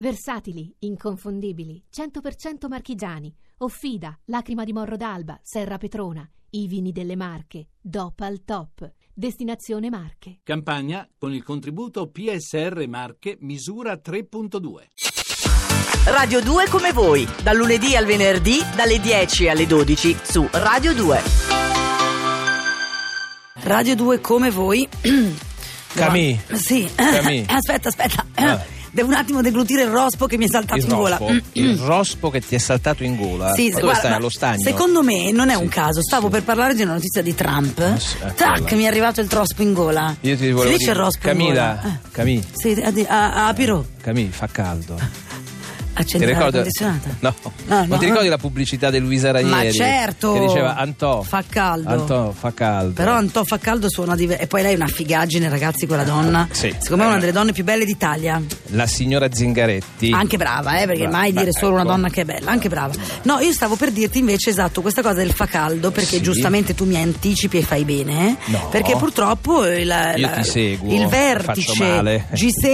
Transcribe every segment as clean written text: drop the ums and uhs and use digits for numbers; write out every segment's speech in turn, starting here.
Versatili, inconfondibili, 100% marchigiani. Offida, Lacrima di Morro d'Alba, Serra Petrona. I vini delle Marche, DOP al top. Destinazione Marche. Campagna con il contributo PSR Marche misura 3.2. Radio 2 come voi, dal lunedì al venerdì, dalle 10 alle 12 su Radio 2. Radio 2 come voi. Camì. Sì. Camì. Aspetta. Devo un attimo deglutire il rospo che mi è saltato in gola. Il rospo che ti è saltato in gola? Sì, ma dove stai? Allo stagno? Secondo me non è un caso. Stavo per parlare di una notizia di Trump. Tac, mi è arrivato il rospo in gola. Io ti volevo si dice il rospo in gola? Camì. Sì, Piro. Camì, fa caldo. Accendere l'aria condizionata? No. Non ti ricordi la pubblicità di Luisa Ranieri? Ma certo! Che diceva Antò fa caldo. Antò fa caldo. Però Antò fa caldo suona e poi lei è una figaggine, ragazzi, quella donna. Sì. Secondo me è una delle donne più belle d'Italia. La signora Zingaretti. Anche brava, perché mai dire solo una donna che è bella, anche brava. No, io stavo per dirti invece questa cosa del fa caldo, perché giustamente tu mi anticipi e fai bene. No. Perché purtroppo io ti seguo, il vertice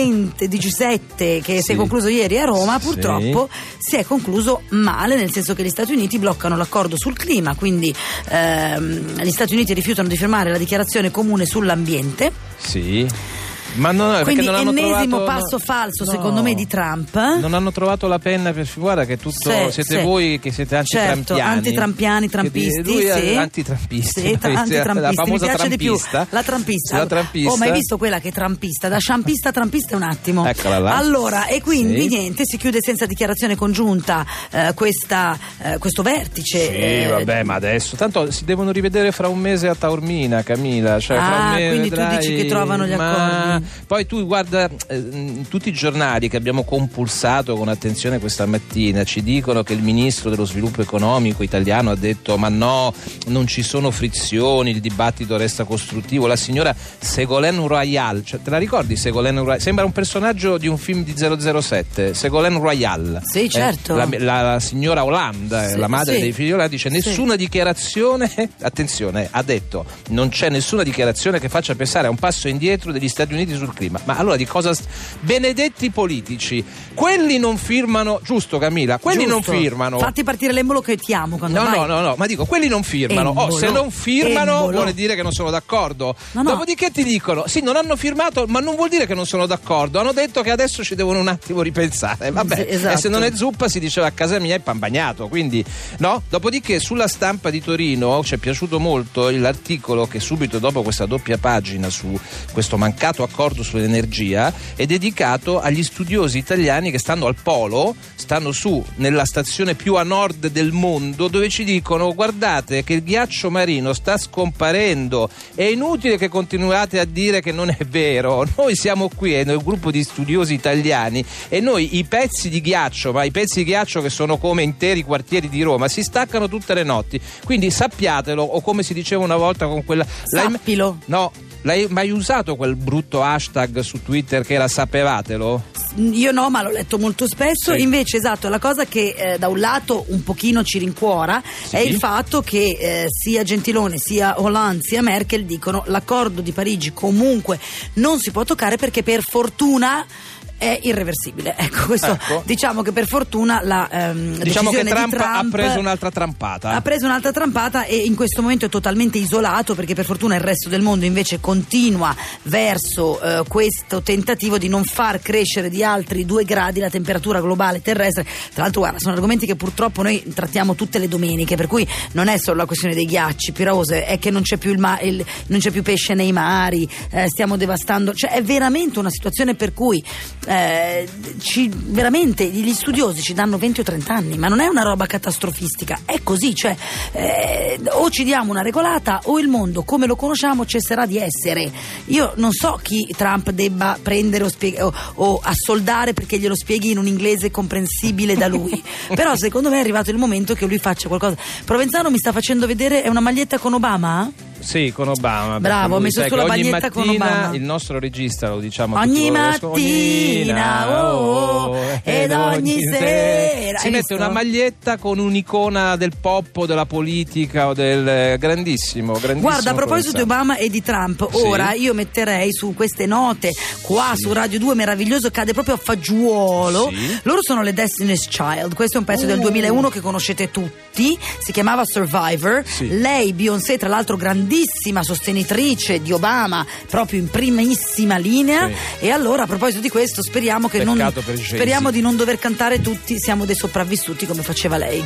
G7 che si è concluso ieri a Roma, purtroppo si è concluso male, nel senso che gli Stati Uniti bloccano l'accordo sul clima, quindi gli Stati Uniti rifiutano di firmare la dichiarazione comune sull'ambiente. Sì. Ma non, quindi non hanno ennesimo trovato, passo falso secondo me di Trump. Non hanno trovato la penna per guarda che tutto siete voi che siete antitrampiani. Certo, antitrampiani, trampisti. Lui è antitrampisti. Sì, antitrampisti. La famosa mi piace trampista. Di più la trampista. La trampista. Oh, ma hai visto quella che è trampista? Da sciampista a trampista è un attimo. Eccola là. Allora, e quindi niente, si chiude senza dichiarazione congiunta questo vertice. Sì, vabbè, ma adesso tanto si devono rivedere fra un mese a Taormina, Camilla. Cioè, fra un mese, quindi vedrai, tu dici che trovano gli accordi. Poi tu guarda, tutti i giornali che abbiamo compulsato con attenzione questa mattina ci dicono che il ministro dello sviluppo economico italiano ha detto ma no, non ci sono frizioni, il dibattito resta costruttivo. La signora Ségolène Royal, cioè, te la ricordi Ségolène Royal? Sembra un personaggio di un film di 007. Ségolène Royal, sì, certo. La signora Hollande, la madre dei figli Hollande, dice nessuna dichiarazione, attenzione, ha detto non c'è nessuna dichiarazione che faccia pensare a un passo indietro degli Stati Uniti sul clima. Ma allora di cosa benedetti politici, quelli non firmano, giusto Camilla? Quelli non firmano. Fatti partire l'embolo che ti amo quando no, ma dico quelli non firmano. Se non firmano vuole dire che non sono d'accordo. Dopodiché ti dicono sì, non hanno firmato, ma non vuol dire che non sono d'accordo, hanno detto che adesso ci devono un attimo ripensare. Vabbè, sì, esatto. E se non è zuppa si diceva a casa mia è pan bagnato, quindi no? Dopodiché sulla Stampa di Torino ci è piaciuto molto l'articolo che subito dopo questa doppia pagina su questo mancato accordo sull'energia è dedicato agli studiosi italiani che stanno al polo, stanno su nella stazione più a nord del mondo, dove ci dicono guardate che il ghiaccio marino sta scomparendo, è inutile che continuate a dire che non è vero, noi siamo qui, noi un gruppo di studiosi italiani, e noi i pezzi di ghiaccio, ma i pezzi di ghiaccio che sono come interi quartieri di Roma, si staccano tutte le notti, quindi sappiatelo, o come si diceva una volta con quella sappilo. No, l'hai mai usato quel brutto hashtag su Twitter che era sapevatelo? Io no, ma l'ho letto molto spesso. Sì. Invece, esatto, la cosa che da un lato un pochino ci rincuora è il fatto che sia Gentiloni, sia Hollande, sia Merkel dicono l'accordo di Parigi comunque non si può toccare perché per fortuna è irreversibile. Ecco, questo diciamo che per fortuna la diciamo che Trump di Trump ha preso un'altra trampata. Ha preso un'altra trampata e in questo momento è totalmente isolato, perché per fortuna il resto del mondo invece continua verso questo tentativo di non far crescere di altri 2 gradi la temperatura globale terrestre. Tra l'altro, guarda, sono argomenti che purtroppo noi trattiamo tutte le domeniche, per cui non è solo la questione dei ghiacci, Pirose, è che non c'è più non c'è più pesce nei mari, stiamo devastando, cioè è veramente una situazione per cui veramente gli studiosi ci danno 20 o 30 anni, ma non è una roba catastrofistica, è così, cioè o ci diamo una regolata o il mondo come lo conosciamo cesserà di essere. Io non so chi Trump debba prendere o assoldare perché glielo spieghi in un inglese comprensibile da lui, però secondo me è arrivato il momento che lui faccia qualcosa. Provenzano mi sta facendo vedere, è una maglietta con Obama? Sì, con Obama. Bravo, ho messo sulla maglietta con Obama. Il nostro regista, lo diciamo ogni mattina ed ogni sera si mette una maglietta con un'icona del pop o della politica o del grandissimo. Guarda, a proposito di Obama e di Trump, ora io metterei su queste note qua su Radio 2, meraviglioso, cade proprio a fagiolo. Loro sono le Destiny's Child. Questo è un pezzo del 2001 che conoscete tutti, si chiamava Survivor. Lei, Beyoncé, tra l'altro grandissima sostenitrice di Obama, proprio in primissima linea. E allora, a proposito di questo, speriamo di non dover cantare tutti Siamo dei sopravvissuti come faceva lei.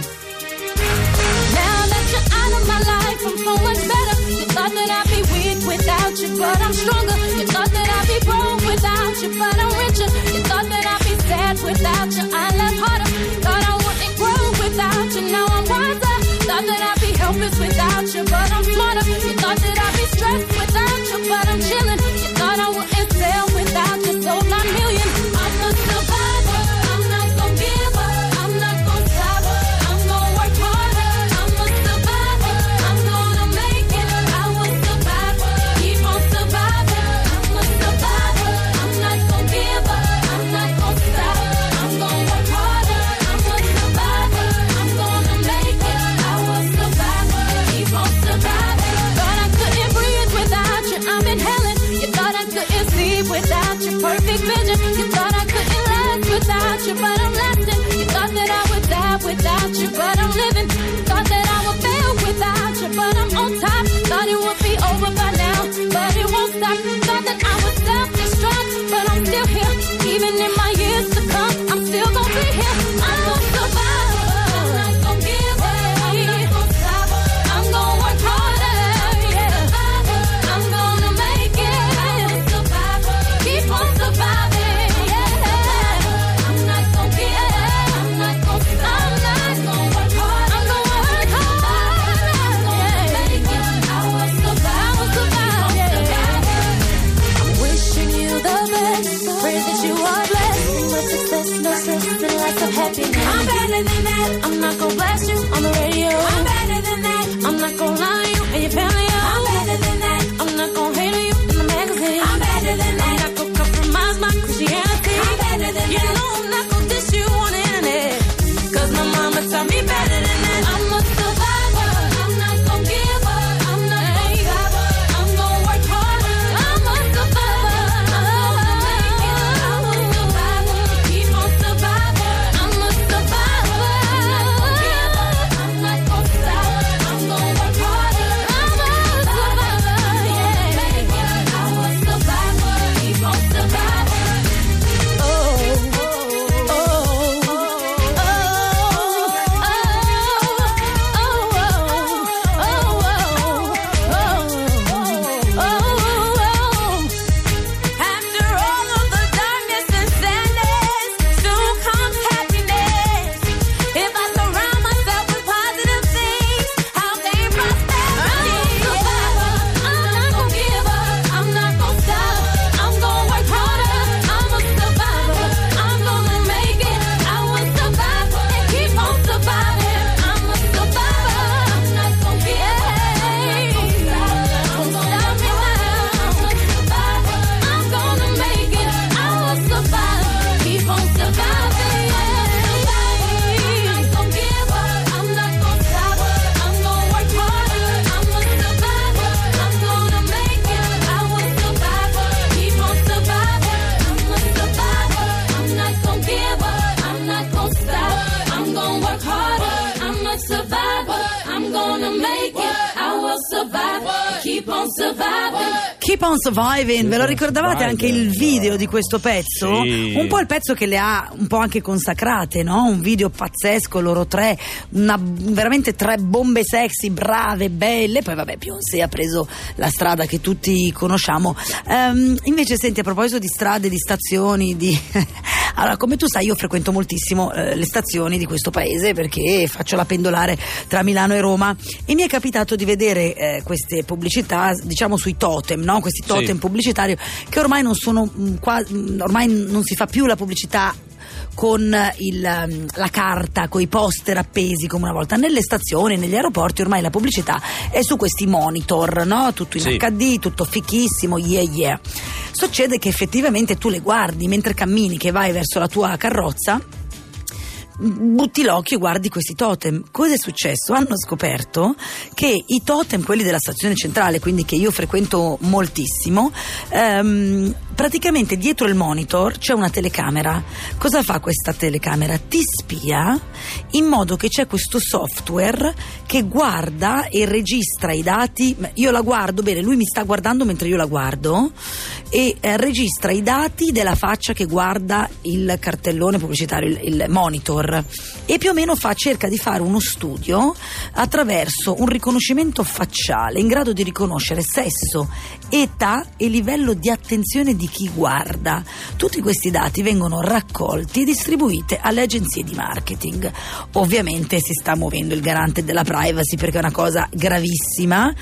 Thought that I'd be weak without you, but I'm stronger. You thought that I'd be broke without you, but I'm richer. You thought that I'd be sad without you, I love harder. Thought I wouldn't grow without you, now I'm wiser. Thought that I'd be helpless without you, but I'm smarter. You thought that I'd be stressed without you, but I'm chilling. You thought I wouldn't sell without you, sold my million. I'm a survivor, I'm not gonna give up, I'm not gonna stop, I'm gonna work harder. I'm a survivor, I'm gonna make it. Perfect vision. You thought I couldn't last without you, but I'm lasting. You thought that I would die without you, but I'm living. Thought that I would fail without you, but I'm on top. Thought it would be over by now, but it won't stop. Thought that I would self-destruct, but I'm still here. Even in my years to come, I'm still gonna be here. I'm a survivor. I'm not gonna give up. I'm not gonna stop. I'm gonna work harder. Yeah. I'm gonna make it. Keep on surviving, yeah. I'm not gonna give up. I'm not gonna stop. I'm not gonna work hard. I'm gonna work hard. I'm gonna make it. I will survive. I will survive, yeah. I'm wishing you the best. Pray that you are blessed. Much success, no stress, and lots of happiness. I'm better than that. I'm not gonna blast you on the radio. I'm better than that. I'm not gonna lie to you and your family. I'm better than that. I'm not gonna hate on you in the magazine. I'm better than that. I'm not gonna compromise my Christianity. I'm better than that. You know I'm not gonna diss you on the internet, 'cause my mama taught me better than that. I'm a survivor. I'm not gonna give up. I'm not gonna stop. I'm gonna work harder. I'm a survivor. I'm gonna make it. I'm a survivor. Keep on surviving. I'm a survivor. I'm not gonna give up. I'm not gonna stop. I'm gonna work harder. I'm a survivor. Yeah. I will survivor. Keep on surviving. Oh, oh, oh, oh, oh, After all of the darkness and sadness, soon comes happiness. If I surround myself with positive things, I'll gain prosperity. I'm not gonna give up. I'm not gonna stop. I'm gonna work harder. I'm a survivor. I'm gonna make it. I will survive and keep on surviving. I'm a survivor. I'm not gonna give up. I'm gonna stop me now. I'm a survivor. I'm gonna make it. I will survive. Keep on surviving. I'm not gonna give up. I'm not gonna stop. I'm gonna work harder. I'm a survivor. I'm gonna make it. I will survive. Keep on surviving. I'm a survivor. I'm not gonna give up. I'm not gonna stop. I'm gonna work harder. I'm a survivor. I'm gonna make it. I will survive. Keep on surviving. Keep on Surviving, ve lo ricordavate anche il video di questo pezzo? Sì. Un po' il pezzo che le ha un po' anche consacrate, no? Un video pazzesco, loro tre, veramente tre bombe sexy, brave, belle. Poi vabbè, Beyoncé ha preso la strada che tutti conosciamo. Invece senti, a proposito di strade, di stazioni, allora, come tu sai, io frequento moltissimo le stazioni di questo paese perché faccio la pendolare tra Milano e Roma e mi è capitato di vedere queste pubblicità, diciamo, sui totem, no? Questi totem pubblicitari che ormai non sono ormai non si fa più la pubblicità con la carta, con i poster appesi come una volta. Nelle stazioni, negli aeroporti ormai la pubblicità è su questi monitor, no? Tutto in HD, tutto fichissimo, yeah. Succede che effettivamente tu le guardi mentre cammini, che vai verso la tua carrozza, butti l'occhio e guardi questi totem. Cosa è successo? Hanno scoperto che i totem, quelli della stazione centrale, quindi che io frequento moltissimo, praticamente dietro il monitor c'è una telecamera. Cosa fa questa telecamera? Ti spia, in modo che c'è questo software che guarda e registra i dati. Io la guardo, bene, lui mi sta guardando mentre io la guardo, e registra i dati della faccia che guarda il cartellone pubblicitario, il monitor, e più o meno cerca di fare uno studio attraverso un riconoscimento facciale in grado di riconoscere sesso, età e livello di attenzione di chi guarda. Tutti questi dati vengono raccolti e distribuiti alle agenzie di marketing. Ovviamente si sta muovendo il garante della privacy, perché è una cosa gravissima,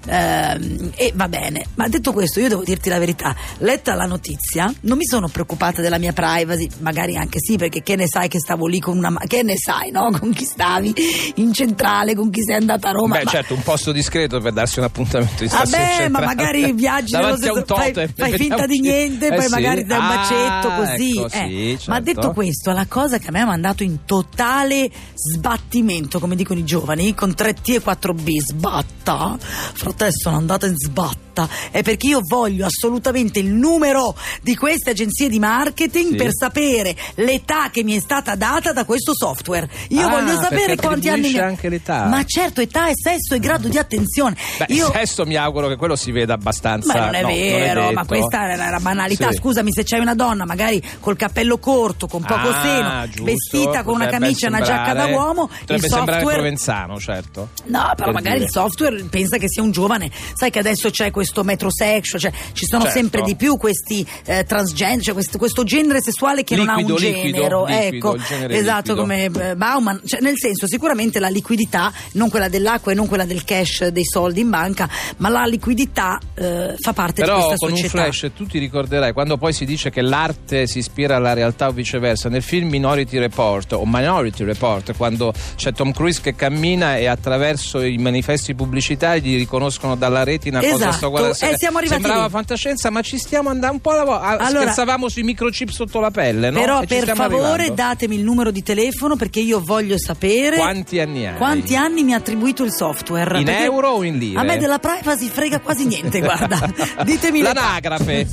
e va bene. Ma detto questo, io devo dirti la verità, letta la notizia non mi sono preoccupata della mia privacy, magari anche sì, perché che ne sai che stavo lì con una, che ne sai, no? Con chi stavi in centrale, con chi sei andata a Roma. Beh, certo, un posto discreto per darsi un appuntamento in stazione centrale. Ma magari viaggi davanti a un totem, fai finta di niente, poi sì, magari dai un bacetto così. Ecco, sì, certo. Ma detto questo, la cosa che a me ha mandato in totale sbattimento, come dicono i giovani, con 3T e 4B, sbatta, fratello, sono andata in sbatta, è perché io voglio assolutamente il numero di queste agenzie di marketing, sì, per sapere l'età che mi è stata data da questo software. Io voglio sapere quanti anni mi ha... anche l'età. Ma certo, età e sesso e grado di attenzione. Beh, il sesso mi auguro che quello si veda abbastanza. Ma non è vero, non è ma questa è una banalità. Sì. Scusami, se c'hai una donna magari col cappello corto, con poco seno, giusto, vestita con una camicia e una giacca da uomo, potrebbe il sembrare software provenzano, certo. No, però per magari dire. il software pensa che sia un giovane. Sai che adesso c'è questo metrosexual, cioè ci sono Certo. sempre di più questi transgender, cioè questo genere sessuale che non ha un genero. Ecco, il genere esatto, liquido. come Bauman, cioè, nel senso, sicuramente la liquidità, non quella dell'acqua e non quella del cash, dei soldi in banca, ma la liquidità fa parte Però di questa con società. un flash tu ti ricorderai quando poi si dice che l'arte si ispira alla realtà o viceversa. Nel film Minority Report, quando c'è Tom Cruise che cammina e attraverso i manifesti pubblicitari gli riconoscono dalla retina cosa sta guardando. Siamo arrivati sembrava lì. fantascienza, ma ci stiamo andando un po' allora, scherzavamo sui microchip sotto la pelle, no? Però E ci per stiamo favore arrivando. datemi il numero di telefono, perché io voglio sapere Quanti anni hai? quanti anni mi ha attribuito il software. In Perché euro o in lire? A me della privacy frega quasi niente, guarda. Ditemi l'anagrafe.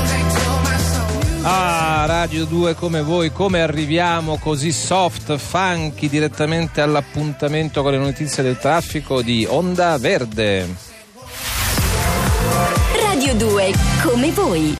Radio 2 come voi, come arriviamo così soft, funky, direttamente all'appuntamento con le notizie del traffico di Onda Verde. Radio 2 come voi.